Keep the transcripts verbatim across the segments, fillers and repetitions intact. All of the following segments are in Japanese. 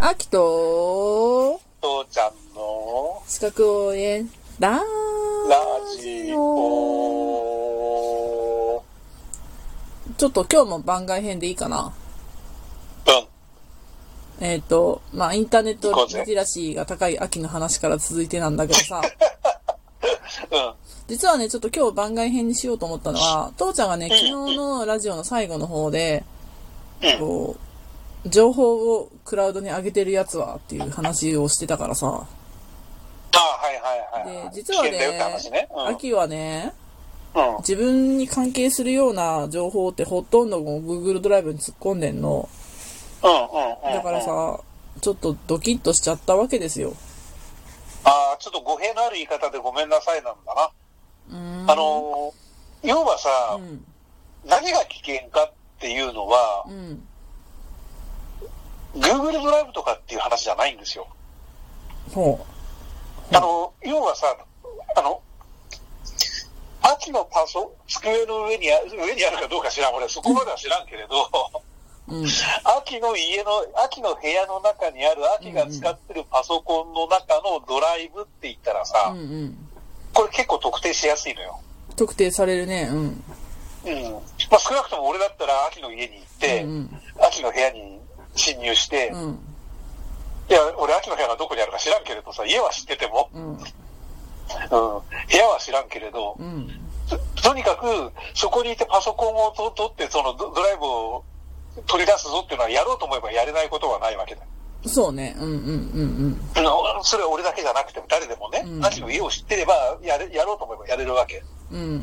あきと父ちゃんの資格応援ララジオ。 ちょっと今日も番外編でいいかな。 うん。 えっ、ー、とまあインターネットリテラシーが高い秋の話から続いてなんだけどさ、 うん、 実はねちょっと今日番外編にしようと思ったのは、父ちゃんがね昨日のラジオの最後の方で、うん、こう情報をクラウドに上げてるやつはっていう話をしてたからさ。 あ、はいはいはい。 で実はね、 ねうん、 秋はね、 うん、 自分に関係するような情報ってほとんど Google ドライブに突っ込んでんの。 うんうんうんうん、 だからさ、ちょっとドキッとしちゃったわけですよ。 ああ、ちょっと語弊のある言い方でごめんなさいなんだな。 うーん、 あの要はさ、うん、何が危険かっていうのは、うん、Google ドライブとかっていう話じゃないんですよ。 ほう。あの要はさ、あの秋のパソ机の上にあ上にあるかどうか知らん、俺そこまでは知らんけれど。うん、秋の家の、秋の部屋の中にある秋が使ってるパソコンの中のドライブって言ったらさ、うんうん、これ結構特定しやすいのよ。 特定されるね。うん。うん。 まあ少なくとも俺だったら秋の家に行って、うんうん、秋の部屋に侵入して、うん、いや、俺秋の部屋がどこにあるか知らんけれどさ、家は知ってても、うんうん、部屋は知らんけれど、うん、と, とにかくそこにいてパソコンをと取ってそのドライブを取り出すぞっていうのはやろうと思えばやれないことはないわけだ。 そうね。うんうんうんうん。 それは俺だけじゃなくても誰でもね、うん、秋の家を知ってればやれやろうと思えばやれるわけ。うんうんうんうん。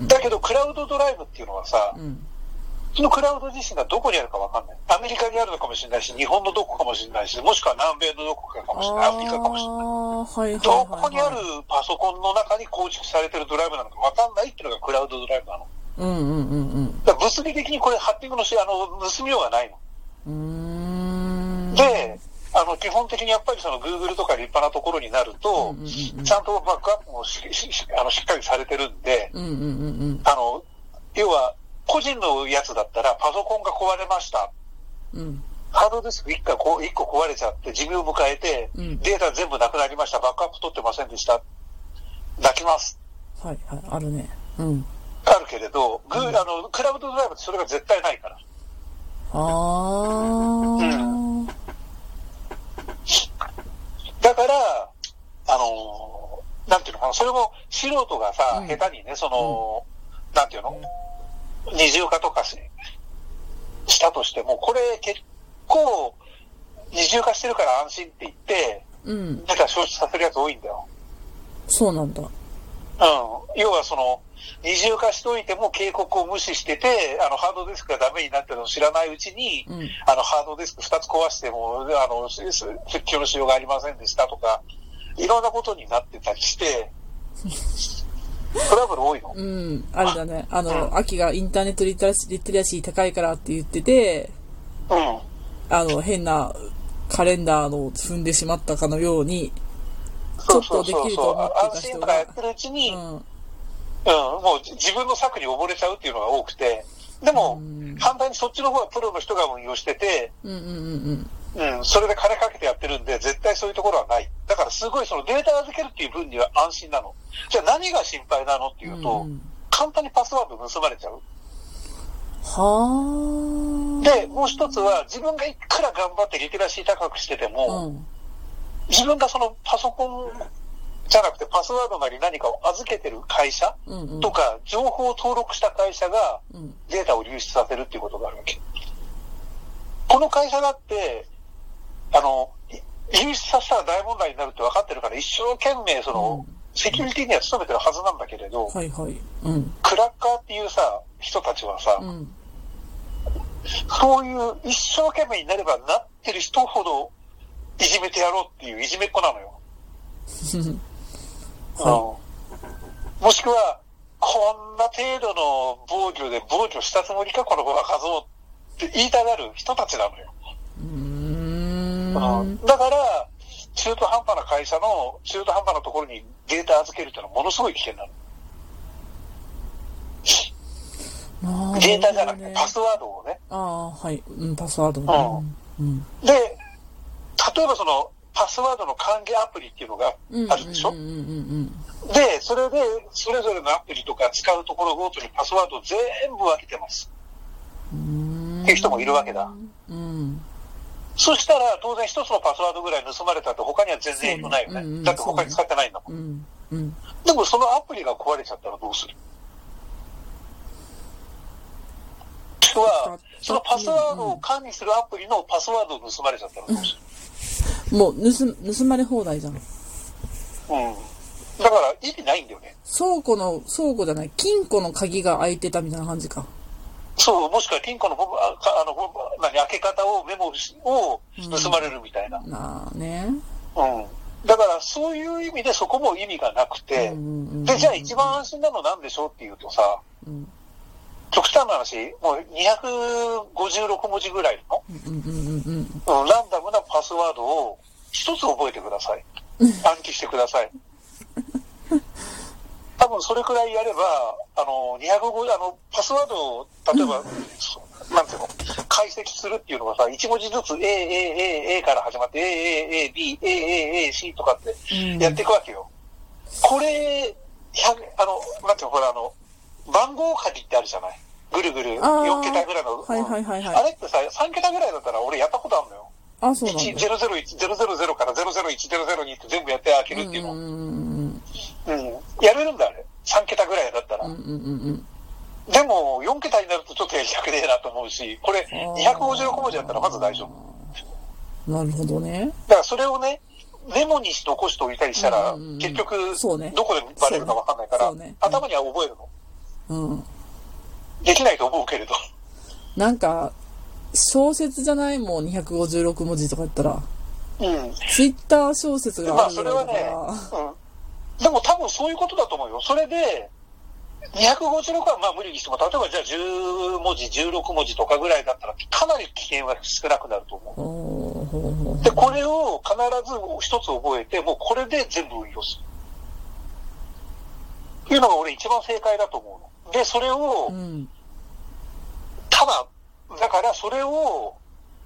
だけどクラウドドライブっていうのはさ、うん、そのクラウド自身がどこにあるかわかんない。アメリカにあるのかもしれないし、日本のどこかもしれないし、もしくは南米のどこかかもしれない、アフリカかもしれない。はいはいはいはい、どこにあるパソコンの中に構築されてるドライブなのかわかんないっていうのがクラウドドライブなの。うんうんうんうん。だから物理的にこれハッキングのし、あの、盗みようがないの。うーん。で、あの、基本的にやっぱりその Google とか立派なところになると、うんうんうん、ちゃんとバックアップも し, し, あのしっかりされてるんで、うんうんうんうん、あの、要は、個人のやつだったらパソコンが壊れました。うん、ハードディスクいっこ壊れちゃって寿命を迎えて、うん、データ全部なくなりました。バックアップ取ってませんでした。泣きます。はいはい、あるね。うん。あるけれど、グー、うん、あの、クラウドドライブってそれが絶対ないから。あー。うん。だから、あの、なんていうのかな、それも素人がさ、うん、下手にね、その、うん、なんていうの、二重化とかし、したとしても、これ結構、二重化してるから安心って言って、うん。だから消失させるやつ多いんだよ。そうなんだ。うん。要はその、二重化しておいても警告を無視してて、あの、ハードディスクがダメになってるのを知らないうちに、うん、あの、ハードディスク二つ壊しても、あの、復旧のしようがありませんでしたとか、いろんなことになってたりして、トラブル多いの？うん、あれだね。あの、うん、秋がインターネットリテラシー、リテラシー高いからって言ってて、うん。あの、変なカレンダーの踏んでしまったかのように、ちょっとできると思ってた人が。安心とかやってるうちに、うん、うん、もう自分の策に溺れちゃうっていうのが多くて、でも、うん、反対にそっちの方はプロの人が運用してて、うんうんうんうん、うん、それで金かけてやってるんで、絶対そういうところはない。だからすごいそのデータ預けるっていう分には安心なの。じゃあ何が心配なのっていうと、うん、簡単にパスワード盗まれちゃう。はー。で、もう一つは自分がいくら頑張ってリテラシー高くしてても、うん、自分がそのパソコンじゃなくてパスワードなり何かを預けてる会社とか、情報を登録した会社がデータを流出させるっていうことがあるわけ。この会社だって、あの、流出させたら大問題になるって分かってるから一生懸命その、うん、セキュリティには努めてるはずなんだけれど、はいはいうん、クラッカーっていうさ、人たちはさ、うん、そういう一生懸命になればなってる人ほどいじめてやろうっていういじめっ子なのよ。はい、もしくはこんな程度の防御で防御したつもりかこのバカ像って言いたがる人たちなのよ。うーん、うん、だから中途半端な会社の中途半端なところにデータ預けるってのはものすごい危険なの。データじゃなくてパスワードをね。ああ、はい、うん、パスワード、うんうん、で例えばその、パスワードの管理アプリっていうのがあるでしょ。で、それで、それぞれのアプリとか使うところごとにパスワードを全部分けてます。っていう人もいるわけだ。 うん、 そしたら、当然一つのパスワードぐらい盗まれたって他には全然影響ないよね。うんうん、だって他に使ってないんだもん。うんうん、でもそのアプリが壊れちゃったらどうする？は、そのパスワードを管理するアプリのパスワードを盗まれちゃったらどうする？もう盗、盗まれ放題じゃん。うん。 だから意味ないんだよね。 倉庫の、倉庫じゃない、金庫の鍵が開いてたみたいな感じか。 そう、もしくは金庫の、あの、何、開け方をメモを盗まれるみたいな。 うん、なあね。 うん。だからそういう意味でそこも意味がなくて、うんうんうんうん、で、じゃあ一番安心なのなんでしょうっていうとさ、うん、極端な話、もうにひゃくごじゅうろくもじぐらいの、うんうんうんうん、ランダムなパスワードを一つ覚えてください。暗記してください。多分それくらいやれば、あの、にひゃくごじゅう、あの、パスワードを、例えば、なんていうの、解析するっていうのがさ、一文字ずつ A、A、A、A から始まって、A、A、A、B、A、A、A、C とかってやっていくわけよ。うん、これ、あの、なんていうの、ほら、あの、番号鍵ってあるじゃない。ぐるぐるよんけたぐらいの。 はいはいはいはい。 あれってさ、さんけたぐらいだったら俺やったことあるのよ。 あ、そうなんだ。 ゼロゼロいち、ゼロゼロゼロからゼロゼロいち、ゼロゼロにって全部やって開けるっていうの。うん。うん。やれるんだ、あれ。さんけたぐらいだったら。うんうんうん。でも、よんけたになるとちょっとやりたくねえなと思うし、これ、にひゃくごじゅうろくもじだったらまず大丈夫。なるほどね。 だからそれをね、メモにして残しておいたりしたら、うんうんうん、結局、そうね、どこでバレるかわかんないから、ねね、頭には覚えるの。うん。できないと思うけれど。 なんか、小説じゃないもん、にひゃくごじゅうろくもじとか言ったら。うん。ツイッター小説があるぐらいだから。まあ、それはね、 うん。でも多分そういうことだと思うよ。それで、にひゃくごじゅうろくはまあ無理にしても、例えばじゃあじゅうもじ、じゅうろくもじとかぐらいだったら、かなり危険は少なくなると思う。で、これを必ず一つ覚えて、もうこれで全部運用する。っていうのが俺一番正解だと思うの。で、それを、うん、ただ、だからそれを、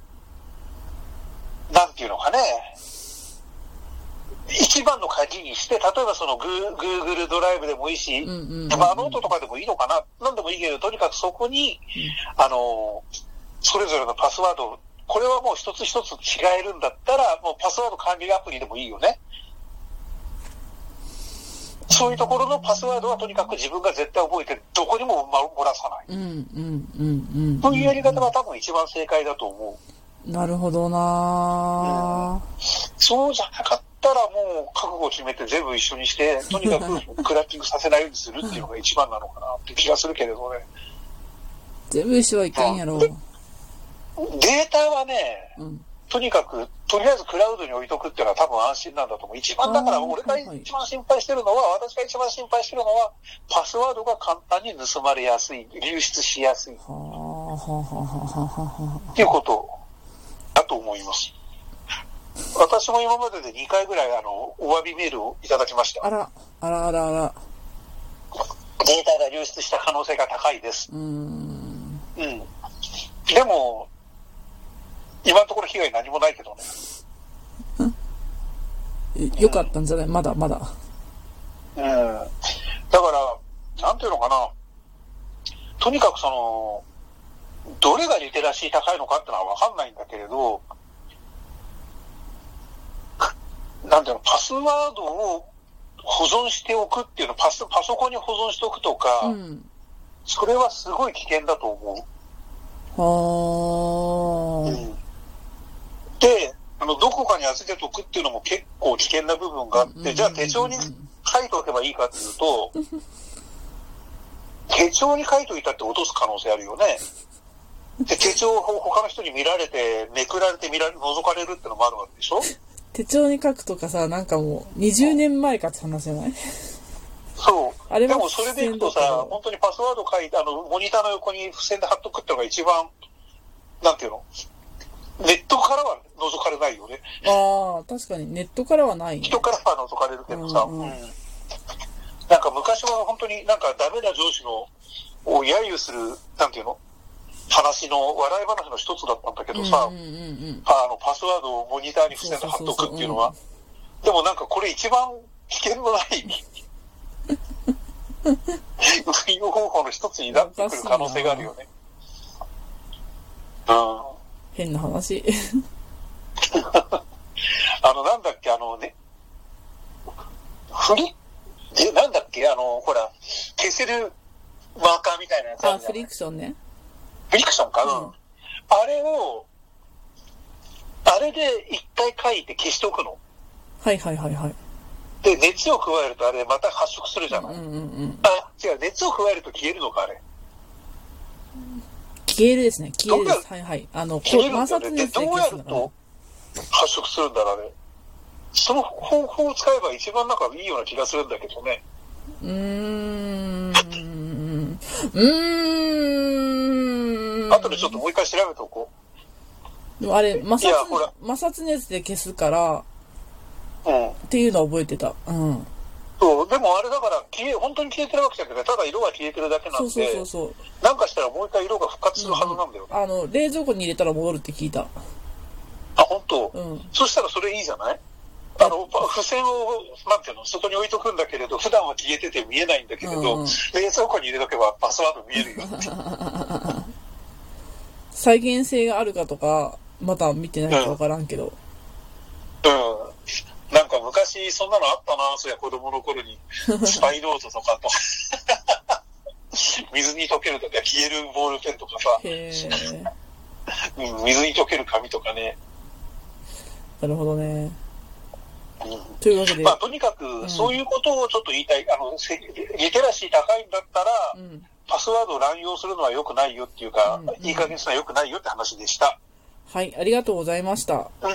なんていうのかね、一番の鍵にして、例えばそのグー、Google ドライブでもいいし、うんうんうん、まあノートとかでもいいのかな、なんでもいいけど、とにかくそこに、うん、あの、それぞれのパスワード、これはもう一つ一つ違えるんだったら、もうパスワード管理アプリでもいいよね。そういうところのパスワードはとにかく自分が絶対覚えて、どこにも漏らさない。うんうんうんうん。というやり方が多分一番正解だと思う。なるほどな、うん、 そうじゃなかったらもう覚悟を決めて全部一緒にして、とにかくクラッキングさせないようにするっていうのが一番なのかなって気がするけれどね。 全部一緒はいかんやろ。 データはね、うん、とにかく、とりあえずクラウドに置いとくっていうのは多分安心なんだと思う。一番だから俺が一番心配してるのは、私が一番心配してるのは、パスワードが簡単に盗まれやすい、流出しやすい。っていうことだと思います。私も今まででにかいぐらいあの、お詫びメールをいただきました。 あら、あらあらあら。 データが流出した可能性が高いです。うーん。うん。でも、今のところ被害何もないけどね。よかったんじゃない、うん、まだまだ。 うん。だから、なんていうのかな。とにかくその、どれがリテラシー高いのかってのはわかんないんだけれど、なんていうの、パスワードを保存しておくっていうの、パス、パソコンに保存しておくとか、うん、それはすごい危険だと思う。はー。うん。で、あの、どこかに預けておくっていうのも結構危険な部分があって、じゃあ手帳に書いておけばいいかっていうと、手帳に書いておいたって落とす可能性あるよね。で、手帳を他の人に見られて、めくられて見られ、覗かれるってのもあるわけでしょ？ 手帳に書くとかさ、なんかもうにじゅうねんまえかって話じゃない？ そう。あれでもそれでいくとさ、本当にパスワード書いて、あの、モニターの横に付箋で貼っとくってのが一番、なんていうの？ネットからは覗かれないよね。 ああ、確かにネットからはない、ね。 人からは覗かれるけどさ、うんうん、なんか昔は本当になんかダメな上司のを揶揄する、なんていうの？ 話の、笑い話の一つだったんだけどさ、 うんうんうんうん、 あの、パスワードをモニターに付箋で貼っとくっていうのは、でもなんかこれ一番危険のない運用方法の一つになってくる可能性があるよね。うん。 変な話。 あの、なんだっけ、あのね、フリえ、なんだっけ、あの、ほら、消せるマーカーみたいなやつあるじゃん。 あ、フリクションね。 フリクションか、うん、あれを、あれで一回書いて消しておくの。 はいはいはいはい。 で、熱を加えるとあれまた発色するじゃない。うんうんうん、あ、違う、熱を加えると消えるのか、あれ。 消えるですね。消えるです。はいはい。あの、 消えるんだよね。で、どうやると発色するんだろう、あれ。その方法を使えば一番なんかいいような気がするんだけどね。 うーん。うーん。 後でちょっともう一回調べておこう。でもあれ、摩擦、摩擦熱で消すから、うん。っていうのは覚えてた。うん。 そう、でもあれだから、消え、本当に消えてるわけじゃなくて、ただ色が消えてるだけなんで、そうそうそうそう。なんかしたらもう一回色が復活するはずなんだよね。 うん、あの、冷蔵庫に入れたら戻るって聞いた。 あ、本当？うん。そしたらそれいいじゃない？あの、付箋を、なんていうの、外に置いとくんだけれど、普段は消えてて見えないんだけれど、うん、冷蔵庫に入れとけばパスワード見えるよって。 再現性があるかとか、まだ見てないかわからんけど。 うん。うん。なんか昔そんなのあったな、そうや子供の頃に。スパイノートとかと。水に溶けるとか、消えるボールペンとかさ。へー。うん、水に溶ける紙とかね。 なるほどね。 うん、というわけで、まあ、とにかくそういうことをちょっと言いたい、うん、あのリテラシー高いんだったら、うん、パスワードを乱用するのは良くないよっていうか、うんうん、いい加減するのは良くないよって話でした。 はい、ありがとうございました。 うん、